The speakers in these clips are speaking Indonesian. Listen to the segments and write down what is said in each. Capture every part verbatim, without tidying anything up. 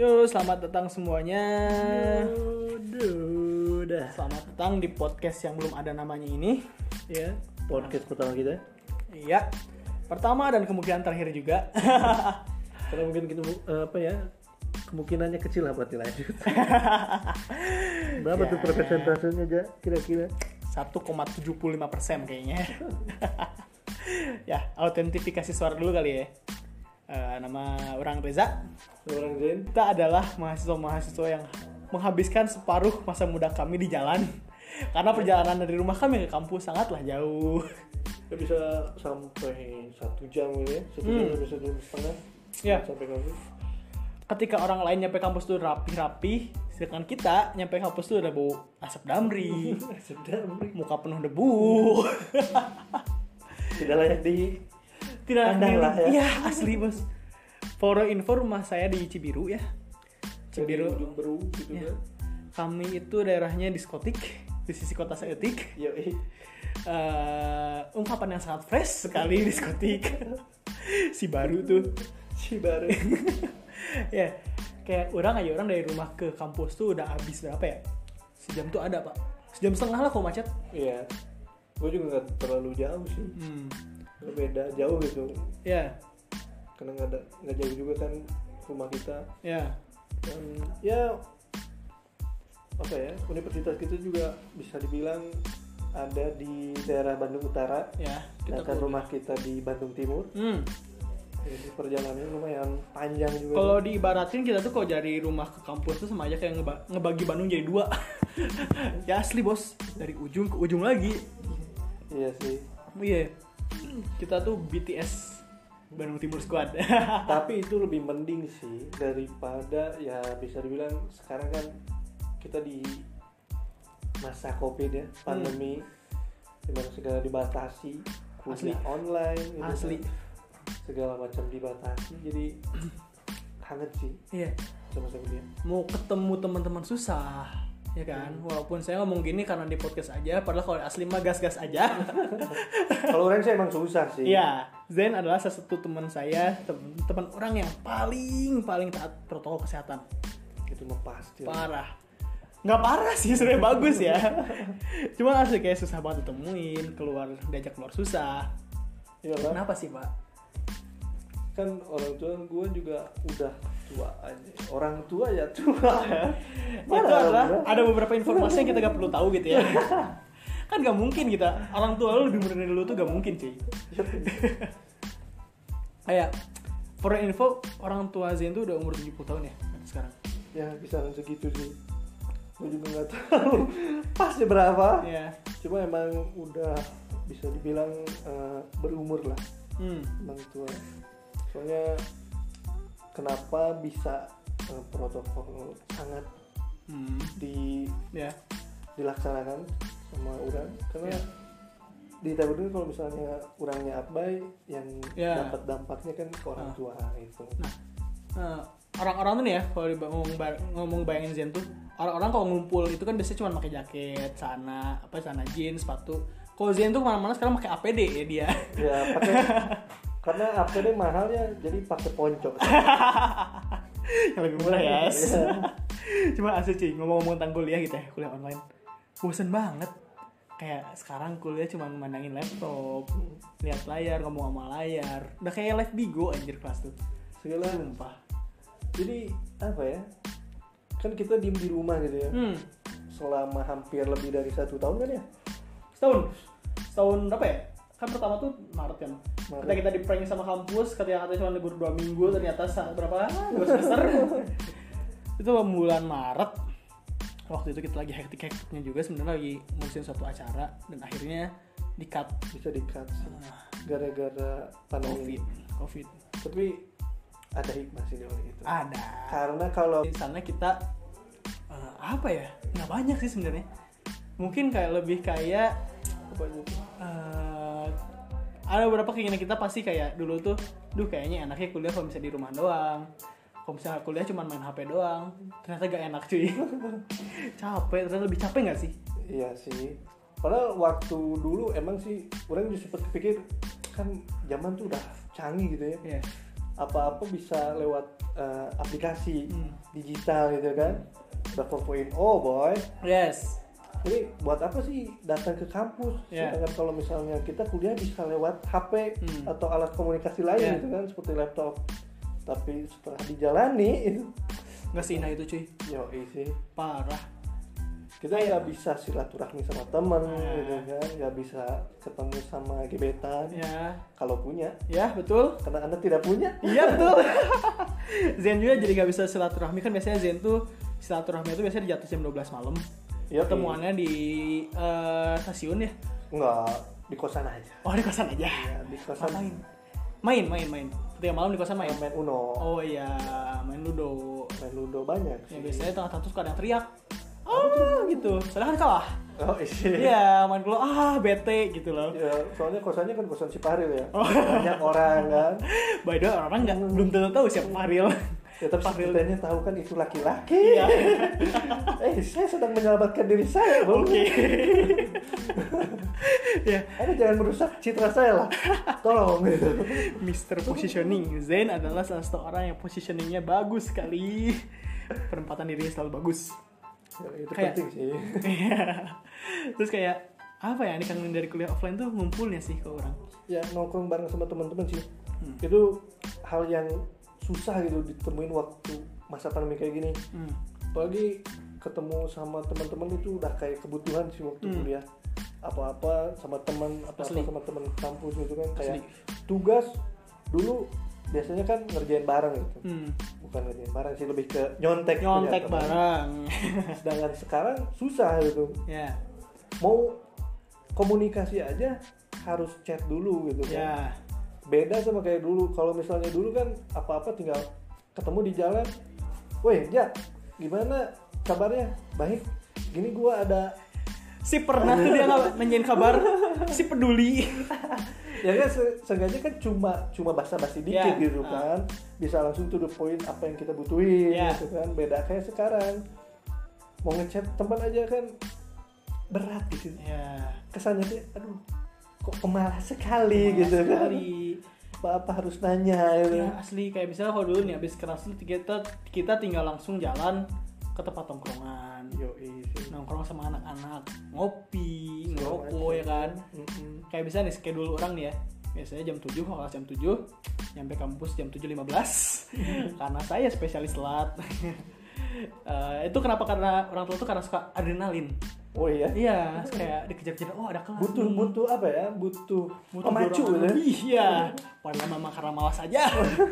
Yo, selamat datang semuanya. Udah. Selamat datang di podcast yang belum ada namanya ini. Ya, podcast pertama kita. Iya, pertama dan kemungkinan terakhir juga. Karena mungkin kita uh, apa ya, kemungkinannya kecil lah buat dilanjut. Berapa Ya. tuh persentasenya aja kira-kira? satu koma tujuh lima persen kayaknya. Ya, autentifikasi suara dulu kali ya. Uh, nama orang Reza. Orang Zen. Kita adalah mahasiswa-mahasiswa yang menghabiskan separuh masa muda kami di jalan. Karena perjalanan dari rumah kami ke kampus sangatlah jauh. Kita bisa sampai satu jam gitu ya, satu Hmm. jam sampai satu jam setengah. Ya. Sampai kampus. Ketika orang lain nyampe kampus tuh rapi-rapi, sedangkan kita nyampe kampus tuh udah bau asap damri, Sedang. muka penuh debu. Tidak layak di Tidak Pandang lah ya. Iya, asli bos. For info, rumah saya di Cibiru ya. Cibiru. Ujung Beru gitu Ya. kan. Kami itu daerahnya diskotik di sisi kota Seetik. Yo, eh. Uh, ungkapan yang sangat fresh sekali diskotik. Si baru tuh. Si baru. Ya, kayak orang aja orang dari rumah ke kampus tuh udah habis berapa ya? Sejam tuh ada pak. Sejam setengah lah kok macet. Iya. Gue juga nggak terlalu jauh sih. Hmm. Beda jauh gitu. Ya, Karena nggak ada nggak jauh juga kan rumah kita. ya. Dan ya apa ya, universitas kita juga bisa dibilang ada di daerah Bandung Utara. Ya, Sedangkan rumah kita di Bandung Timur. Hmm. Jadi perjalanannya lumayan panjang juga. Kalau diibaratin kita tuh kalau dari rumah ke kampus tuh sama aja kayak ngeba- ngebagi Bandung jadi dua. Ya asli bos, dari ujung ke ujung lagi. Iya sih. Iya. Kita tuh B T S Bandung Timur Squad. Tapi itu lebih mending sih daripada ya bisa dibilang sekarang kan kita di masa Covid ya, pandemi, hmm. dimana segala dibatasi, kuliah Asli. online, gitu Asli. kan. Segala macam dibatasi, jadi kangen sih Iya. sama-sama dia. Mau ketemu teman-teman susah, ya kan? Hmm. Walaupun saya ngomong gini karena di podcast aja, padahal kalau asli mah gas-gas aja. Kalau orang sih emang susah sih. Iya, Zen adalah salah satu teman saya, tem- teman orang yang paling paling taat protokol kesehatan. Itu mah pasti. Parah. Nggak parah sih, sebenarnya bagus ya. Cuma asli kayak susah banget ditemuin, keluar diajak keluar susah. Iya lah. Kenapa sih, Pak? Kan orang tua gue juga udah tua aja. Orang tua ya tua ya. Itu adalah ada beberapa informasi yang kita gak perlu tahu gitu ya. Kan gak mungkin kita, orang tua lu lebih muda dari lu tuh gak mungkin cuy. Kayak for info, orang tua Zen tuh udah umur tujuh puluh tahun ya sekarang. Ya bisa segitu sih. Gue juga nggak tahu pasti berapa. Iya. Cuma emang udah bisa dibilang uh, berumur lah, Hmm. emang tua. Soalnya kenapa bisa uh, protokol sangat Hmm. di Ya. dilaksanakan sama orang karena Ya. di tahun ini kalau misalnya orangnya abai yang Ya. dapat dampaknya kan ke orang Ah. tua itu. Nah, orang-orang tuh nih ya kalau diba- ngomong, ba- ngomong bayangin Zen tuh, orang-orang kalau ngumpul itu kan biasanya cuma pakai jaket, celana, apa celana jeans, sepatu. Kalau Zen tuh kemana-mana sekarang pakai A P D ya dia. Ya pakai karena A P D mahal ya, jadi pakai ponco. Yang lebih murah ya. Yes. Iya. Cuma asli cuy, ngomong-ngomong tentang kuliah gitu ya, kuliah online. Bosen banget. Kayak sekarang kuliah cuma memandangin laptop, lihat layar, ngomong sama layar. Udah kayak live bigo anjir kelas tuh. Segala Sumpah. Jadi apa ya? Kan kita diem di rumah gitu ya. Hmm. Selama hampir lebih dari satu tahun kan ya? Setahun. Setahun berapa ya? Kan pertama tuh Maret kan. Maret. Ketika kita di prank sama kampus, ketika katanya cuma libur dua minggu, ternyata sa- berapa? Dua semester. Itu bulan Maret. Waktu itu kita lagi hektik-hektiknya juga, sebenarnya lagi ngurusin suatu acara dan akhirnya di-cut. Bisa di-cut sih. Ah, Gara-gara pandemi. Covid. Covid. Tapi ada hikmah sih dari itu. Ada. Karena kalau Di sana kita eh, apa ya? Nggak banyak sih sebenarnya. Mungkin kayak lebih kayak apa gitu? eh, ada beberapa keinginan kita pasti kayak dulu tuh, duh kayaknya enaknya kuliah kalau bisa di rumah doang. Kalau misalnya kuliah cuma main H P doang, ternyata gak enak cuy. Capek, ternyata lebih capek gak sih? Iya sih. Padahal waktu dulu emang sih orang juga sempat kepikir kan zaman tuh udah canggih gitu ya. Iya. Apa-apa bisa lewat uh, aplikasi Hmm. digital gitu kan, udah empat titik nol boy. Yes. Jadi buat apa sih datang ke kampus? Yeah. Sedangkan kalau misalnya kita kuliah bisa lewat H P Hmm. atau alat komunikasi lain Yeah. gitu kan, seperti laptop. Tapi setelah dijalani itu, Nggak seindah itu cuy. yo sih. Parah. Kita nggak bisa silaturahmi sama temen, Yeah. gitu kan, nggak bisa ketemu sama gebetan. Ya. Kalau punya, Ya betul. karena anda tidak punya. Iya betul. Zen juga jadi nggak bisa silaturahmi, kan biasanya Zen tuh silaturahmi itu biasanya dijatuh jam dua belas malam. Ya, Ketemuannya di eh, stasiun ya. nggak di kosan aja. Oh di kosan aja. Ya, di kosan Main. Main main main. Ketika malam di kosan main. main Uno, Oh iya, main ludo. main Ludo banyak Ya sih. biasanya tengah-tengah tuh suka ada yang teriak. Ah gitu. Soalnya kan kalah. Oh iya. Iya, main dulu ah bete gitu loh. Ya, soalnya kosannya kan kosan Ciparil ya. Oh. Banyak orang kan. By the way, orang nggak belum tentu tahu siapa Faril. Ya tapi Faril. setidaknya tahu kan itu laki-laki. Iya. eh, saya sedang menyelamatkan diri saya, Bro. Oke. Ya, Anda jangan merusak citra saya lah. Tolong gitu. Mister Positioning. Zain adalah salah satu orang yang positioningnya bagus sekali. Penempatan dirinya selalu bagus. Ya, itu Kayak- penting sih. Terus kayak apa ya, dikangenin dari kuliah offline tuh ngumpulnya sih ke orang. Ya nongkrong bareng sama teman-teman sih. Hmm. Itu hal yang susah gitu ditemuin waktu masa pandemi kayak gini. Hmm. Apalagi ketemu sama teman-teman itu udah kayak kebutuhan sih waktu Hmm. kuliah. Apa-apa sama teman, apa-apa Asli. sama teman kampus gitu kan, kayak Asli. tugas dulu biasanya kan ngerjain bareng gitu. Hmm. Bukan ngerjain bareng sih, lebih ke nyontek Nyontek punya teman. bareng. Sedangkan sekarang susah gitu. Ya. Mau komunikasi aja harus chat dulu gitu kan. Ya. Beda sama kayak dulu. Kalau misalnya dulu kan apa-apa tinggal ketemu di jalan. Woi, Ja, gimana kabarnya? Baik. Gini gua ada Si pernah tuh dia nggak nanyain kabar. Si peduli. ya kan se- seenggaknya kan cuma cuma basa-basi dikit Ya, gitu ah. kan. Bisa langsung to the point apa yang kita butuhin Ya. gitu kan. Beda kayak sekarang. Mau ngechat teman aja kan berat gitu. Ya. Kesannya tuh aduh kok pemalas sekali gitu kan. Sekali. Apa-apa harus nanya gitu. Ya asli kayak misalnya kalau dulu nih habis kelas tuh kita kita tinggal langsung jalan ke tempat tongkrongan. Yo, sih. Nongkrong sama anak-anak, ngopi, Segala ngerokok ya kan. Mm-mm. Kayak bisa nih schedule orang nih ya. Biasanya jam tujuh, kalau kelas jam tujuh, nyampe kampus jam tujuh lima belas. Karena saya spesialis telat. Eh, itu kenapa? Karena orang tua tuh karena suka adrenalin. Oh iya. Iya, kayak dikejar-kejar, oh ada kelas. Butuh nih. butuh apa ya? Butuh, Butuh pemacu dorongan ya. lebih, iya. Padahal memang karena malas aja.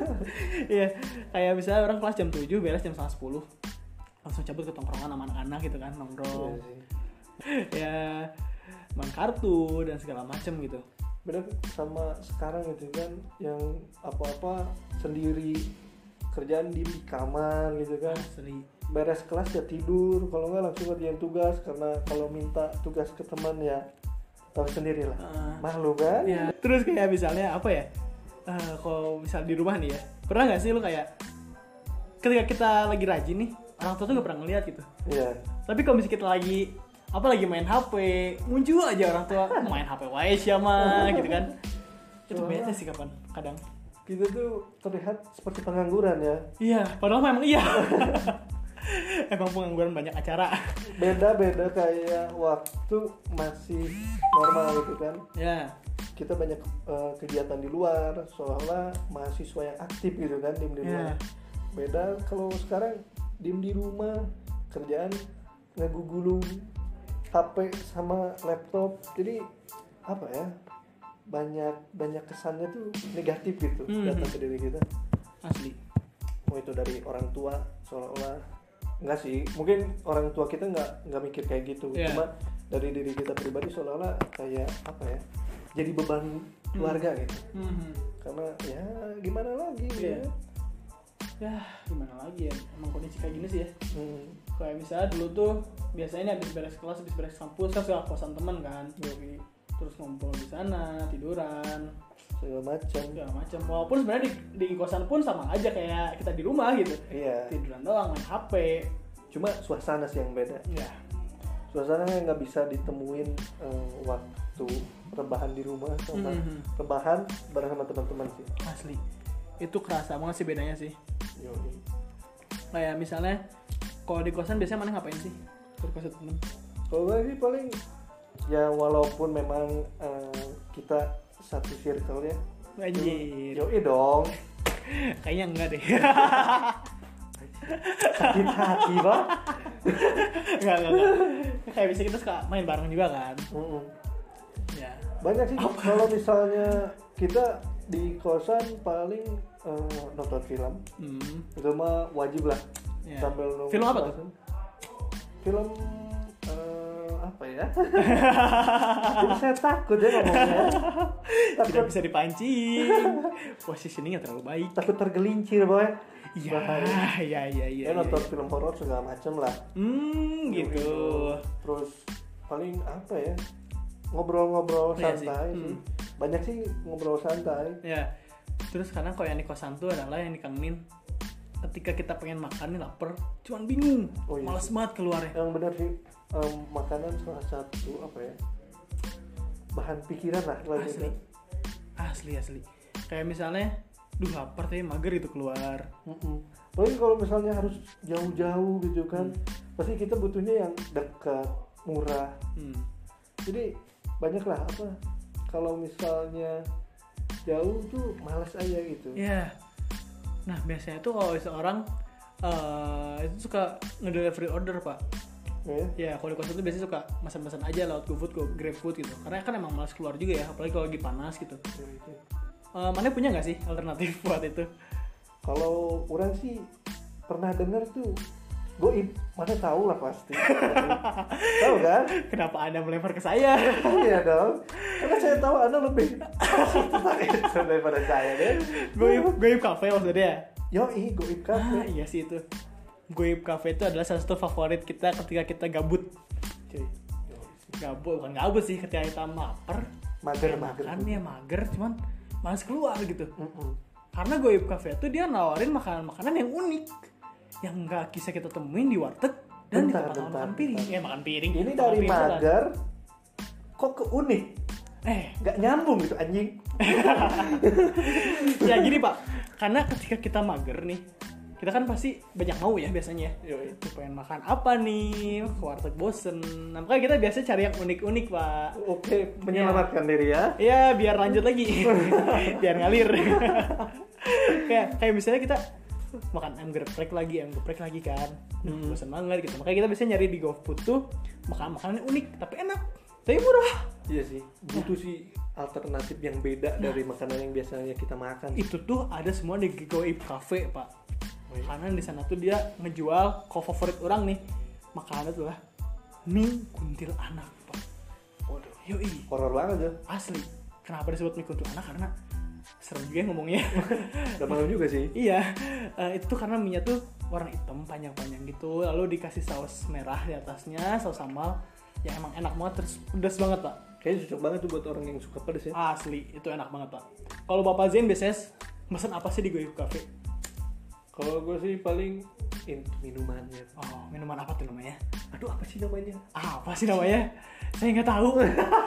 Iya, kayak misalnya orang kelas jam tujuh, beres jam setengah sepuluh. Langsung cabut ke tongkrongan sama anak-anak gitu kan, nongkrong. Iya sih. Ya, main kartu dan segala macem gitu. Beda sama sekarang gitu kan, yang apa-apa sendiri, kerjaan di kamar gitu kan. Asli. Beres kelas ya tidur, kalau nggak langsung ngerjain tugas, karena kalau minta tugas ke teman ya tahu sendiri lah. Ah. Malu kan? Ya, terus kayak misalnya apa ya? Eh, kalau misal di rumah nih ya, pernah nggak sih lu kayak ketika kita lagi rajin nih, orang tua tuh gak pernah ngeliat gitu. Iya. Tapi kalau misalnya kita lagi apa lagi main H P, muncul aja orang tua main H P wae siapa gitu kan. Itu bete sih kapan kadang. Kita tuh terlihat seperti pengangguran ya. Iya, padahal memang iya. Emang pengangguran banyak acara. Beda-beda kayak waktu masih normal gitu kan. Ya. Kita banyak uh, kegiatan di luar, seolah-olah mahasiswa yang aktif gitu kan, diem di Ya. rumah. Beda kalau sekarang diem di rumah, kerjaan ngegugulung H P sama laptop. Jadi apa ya? Banyak banyak kesannya tuh negatif gitu Hmm. datang ke diri kita. Asli. Mau itu dari orang tua, seolah-olah enggak sih, mungkin orang tua kita nggak nggak mikir kayak gitu. Yeah. Cuma dari diri kita pribadi seolah-olah kayak apa ya? Jadi beban keluarga gitu. Mhm. Karena ya gimana lagi Iya. ya. Ya, gimana lagi ya? Emang kondisi kayak gini sih ya. Hmm. Kayak misalnya dulu tuh biasanya ini habis beres kelas, habis beres kampus kan suka kosan teman kan. Yoi. Terus ngumpul di sana, tiduran, Segala macam. segala macam. Walaupun sebenarnya di, di kosan pun sama aja kayak kita di rumah gitu. Iya. Tiduran doang, main H P. Cuma suasana sih yang beda. Ya. Suasana yang nggak bisa ditemuin eh, waktu rebahan di rumah sama Mhm. rebahan bareng sama teman-teman sih. Asli. itu kerasa banget sih bedanya sih. Yoi. Kayak misalnya kalau di kosan biasanya mana ngapain sih? Di kosan temen. Kalau gue sih paling ya walaupun memang uh, kita satu circle ya. Anjir. Yoi dong. Kayaknya enggak deh. Sakit hati bang. Enggak, enggak, enggak. Kayak bisa kita suka main bareng juga kan. Mm-mm. Ya. Banyak sih kalau misalnya kita di kosan paling uh, nonton film. Hmm. Itu mah wajib lah. Ya. Sambil nunggu. Film apa tuh? Film uh, apa ya? Jadi saya takut ya ngomongnya. Tidak Takut, bisa dipancing. Positioningnya terlalu baik. takut tergelincir boy. Iya, iya, iya, iya. Ya nonton film horor segala macem lah. Hmm, gitu. Terus paling apa ya? Ngobrol-ngobrol Iya sih. santai sih. Hmm. Banyak sih ngobrol santai. Ya. Terus kadang kalau yang di kosan tuh adalah yang dikangenin ketika kita pengen makan nih lapar, cuman bingung, Oh, iya malas sih. banget keluarnya. Yang benar sih em, makanan salah satu apa ya? Bahan pikiran lah kalau Asli. gitu. Asli, asli. Kayak misalnya, duh lapar tapi mager itu keluar. Mm-mm. Paling kalau misalnya harus jauh-jauh gitu kan, pasti kita butuhnya yang dekat, murah. Hmm. Jadi banyak lah apa? Kalau misalnya jauh tuh malas aja gitu. Ya. Nah biasanya tuh kalau seorang uh, itu suka ngedelivery order pak. Ya. Ya kalau di kosan tuh biasanya suka pesan-pesan aja lewat GoFood, Go GrabFood gitu. Karena kan emang malas keluar juga ya, apalagi kalau lagi panas gitu. Ya, itu. Uh, mana punya nggak sih alternatif buat itu? Kalau orang sih pernah dengar tuh goib, mana tahu lah pasti. Tahu kan? Kenapa Anda melempar ke saya? Iya dong. Karena saya tahu Anda lebih tentang itu daripada saya deh. Goib, Goib Cafe maksudnya. Yoi, goib Ah, cafe. iya sih itu. Goib Cafe itu adalah salah satu favorit kita ketika kita gabut. Cuy. Gabut, bukan gabut sih, ketika kita lapar, Mager, mager. makan ya mager, cuman malas keluar gitu. Mm-mm. Karena Goib Cafe itu dia nawarin makanan-makanan yang unik, yang nggak bisa kita temuin di warteg dan di Bentar, tempat bentar, makan piring. bentar. Ya makan piring. Ini makan dari piring lah. mager kok ke unik. Eh, Gak nyambung gitu anjing. ya gini pak, karena ketika kita mager nih, kita kan pasti banyak mau ya biasanya. Yoi. Tuh pengen makan apa nih, ke warteg bosen. Nah, makanya kita biasanya cari yang unik-unik pak. Oke, menyelamatkan diri ya. Ya biar lanjut lagi, biar ngalir. kayak kayak misalnya kita makan ayam geprek lagi, ayam geprek lagi kan, Hmm. bosan banget gitu. Makanya kita biasanya nyari di GoFood tuh makan makanan unik tapi enak, tapi murah. Iya sih, butuh sih alternatif yang beda dari makanan yang biasanya kita makan. Itu tuh ada semua di Goib Cafe pak. Karena di sana tuh dia ngejual kok favorit orang nih, makanan tuh lah mie kuntil anak pak. Waduh, Yoi, horor banget ya. asli. Kenapa disebut mie kuntil anak? Karena serem juga ngomongnya. Udah malam juga sih. Iya, uh, itu tuh karena mie-nya tuh warna hitam panjang-panjang gitu, lalu dikasih saus merah di atasnya, saus sambal, yang emang enak banget, terus pedas banget pak. Kayaknya cocok banget tuh buat orang yang suka pedas ya. Asli, itu enak banget pak. Kalau Bapak Zain biasanya mesen apa sih di Goib Cafe? Kalau gue sih paling in, minumannya. Oh, minuman apa tuh namanya? Aduh, apa sih namanya? Apa sih namanya? Saya nggak tahu.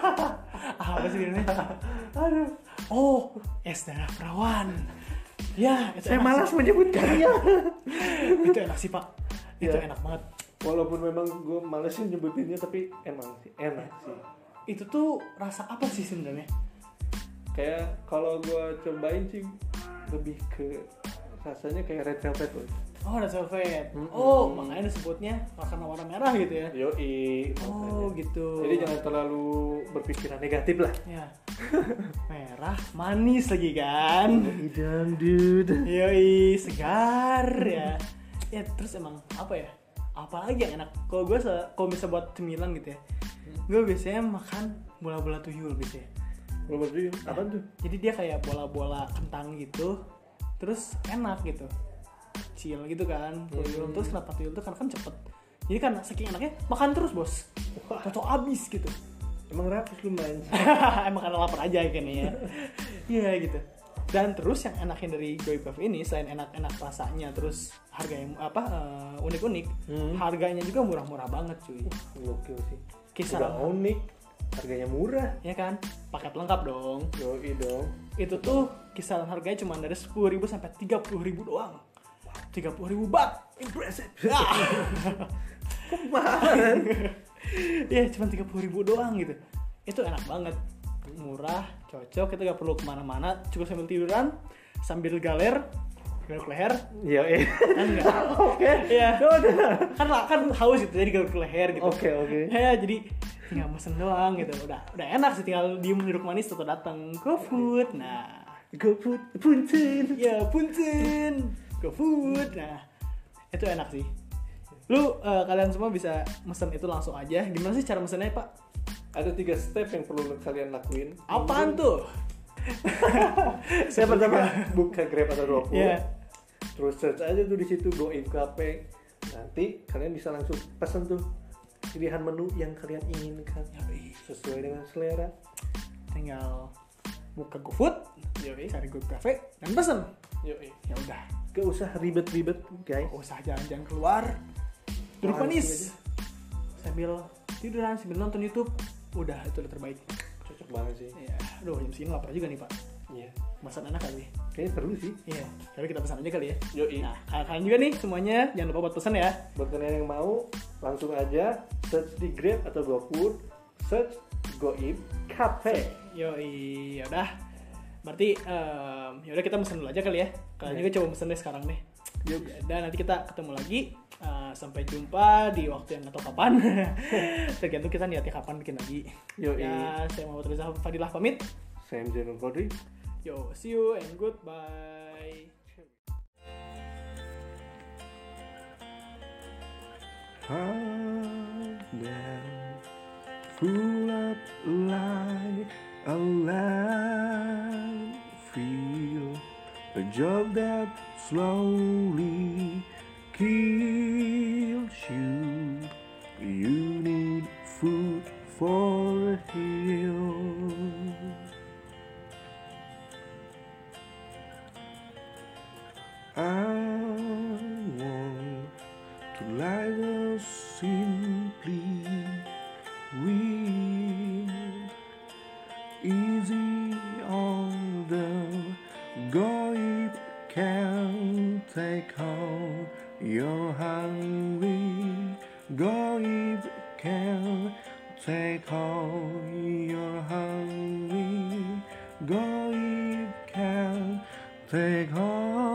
Apa sih namanya? Aduh, Oh, es darah perawan. Ya, itu saya enak malas sih. menyebutkannya. Itu enak sih pak. Itu Ya. enak banget. Walaupun memang gue males sih nyebutinnya, tapi emang sih enak sih. Itu tuh rasa apa sih sebenarnya? Kayak kalau gue cobain sih lebih ke rasanya kayak red velvet loh. Oh, red velvet. Mm-mm. Oh, makanya disebutnya karena warna merah gitu ya. Yoi. Oh, makanya. gitu. Jadi jangan terlalu berpikiran negatif lah. Ya. Merah, manis lagi kan. Idam dude. Yoi, segar ya. Ya terus emang apa ya? Apalagi yang enak? Kalau gue kalau bisa buat cemilan gitu ya, gue biasanya makan bola-bola tuyul biasanya. Bola tuyul, apa tuh? Jadi dia kayak bola-bola kentang gitu, terus enak gitu, kecil gitu kan. Tuyul Hmm. terus kenapa tuyul tuh karena kan cepet. Jadi kan saking enaknya makan terus bos, cocok abis gitu. Emang rakus lu main. Emang karena lapar aja kayaknya ya. Iya gitu. Dan terus yang enaknya dari Goib Cafe ini selain enak-enak rasanya, terus harganya apa uh, unik-unik, Hmm. harganya juga murah-murah banget cuy. Gokil sih. Kisaran Udah unik, harganya murah. ya kan, paket lengkap dong. Yoi dong. Itu tuh kisaran harganya cuma dari sepuluh ribu sampai tiga puluh ribu doang. tiga puluh ribu baht. Impressive. Kemarin. Ya cuma tiga puluh ribu doang gitu. Itu enak banget. Murah, cocok, kita gak perlu kemana-mana, cukup sambil tiduran, sambil galer, garuk leher. Iya, iya. Kan enggak? Oke. Iya. Kan kan haus gitu, jadi garuk leher gitu. Oke, oke. Ya, jadi tinggal mesen doang gitu. Udah udah enak sih, tinggal diem duduk manis atau datang GoFood. Nah, GoFood, punten. ya punten. GoFood. Nah, itu enak sih. Lu uh, kalian semua bisa mesen itu langsung aja. Gimana sih cara mesennya, Pak? Ada tiga step yang perlu kalian lakuin. Apaan tuh? Saya pertama buka Grab atau GoFood. Iya. Terus search aja tuh di situ Goib Cafe. Nanti kalian bisa langsung pesan tuh pilihan menu yang kalian inginkan sesuai dengan selera. Tinggal buka GoFood, cari Goib Cafe dan pesen. Yoi. Ya udah, Gak usah ribet-ribet, guys. gak usah jalan-jalan keluar. Duduk Langsung manis. aja. Sambil tiduran, sambil nonton YouTube. Udah, itu udah terbaik. Cocok banget sih. Ya, aduh jam segini lapar juga nih, Pak. Iya. Masak enak kali. Kayaknya perlu sih. Iya, tapi kita pesan aja kali ya. Yoi. Nah, kalian juga nih semuanya jangan lupa buat pesan ya. Buat kalian yang mau, langsung aja search di Grab atau GoFood, search Goib Cafe. Yoi, ya udah. Berarti um, ya udah kita pesen dulu aja kali ya. Kalian juga coba pesen deh sekarang deh. Yuk. Dan nanti kita ketemu lagi. Uh, sampai jumpa di waktu yang nggak tahu kapan. Tergantung kita niatnya kapan bikin lagi. Yoi. Ya, saya Muhammad Reza Fadilah pamit. Saya Zainul Qadri. Yo, see you and goodbye. Heart down, full of light, alive, feel a job that slowly kills you. You need food for a heal. I want to live a simply with easy on the Goib can take on your hungry. Goib can take on your hungry. Goib can take on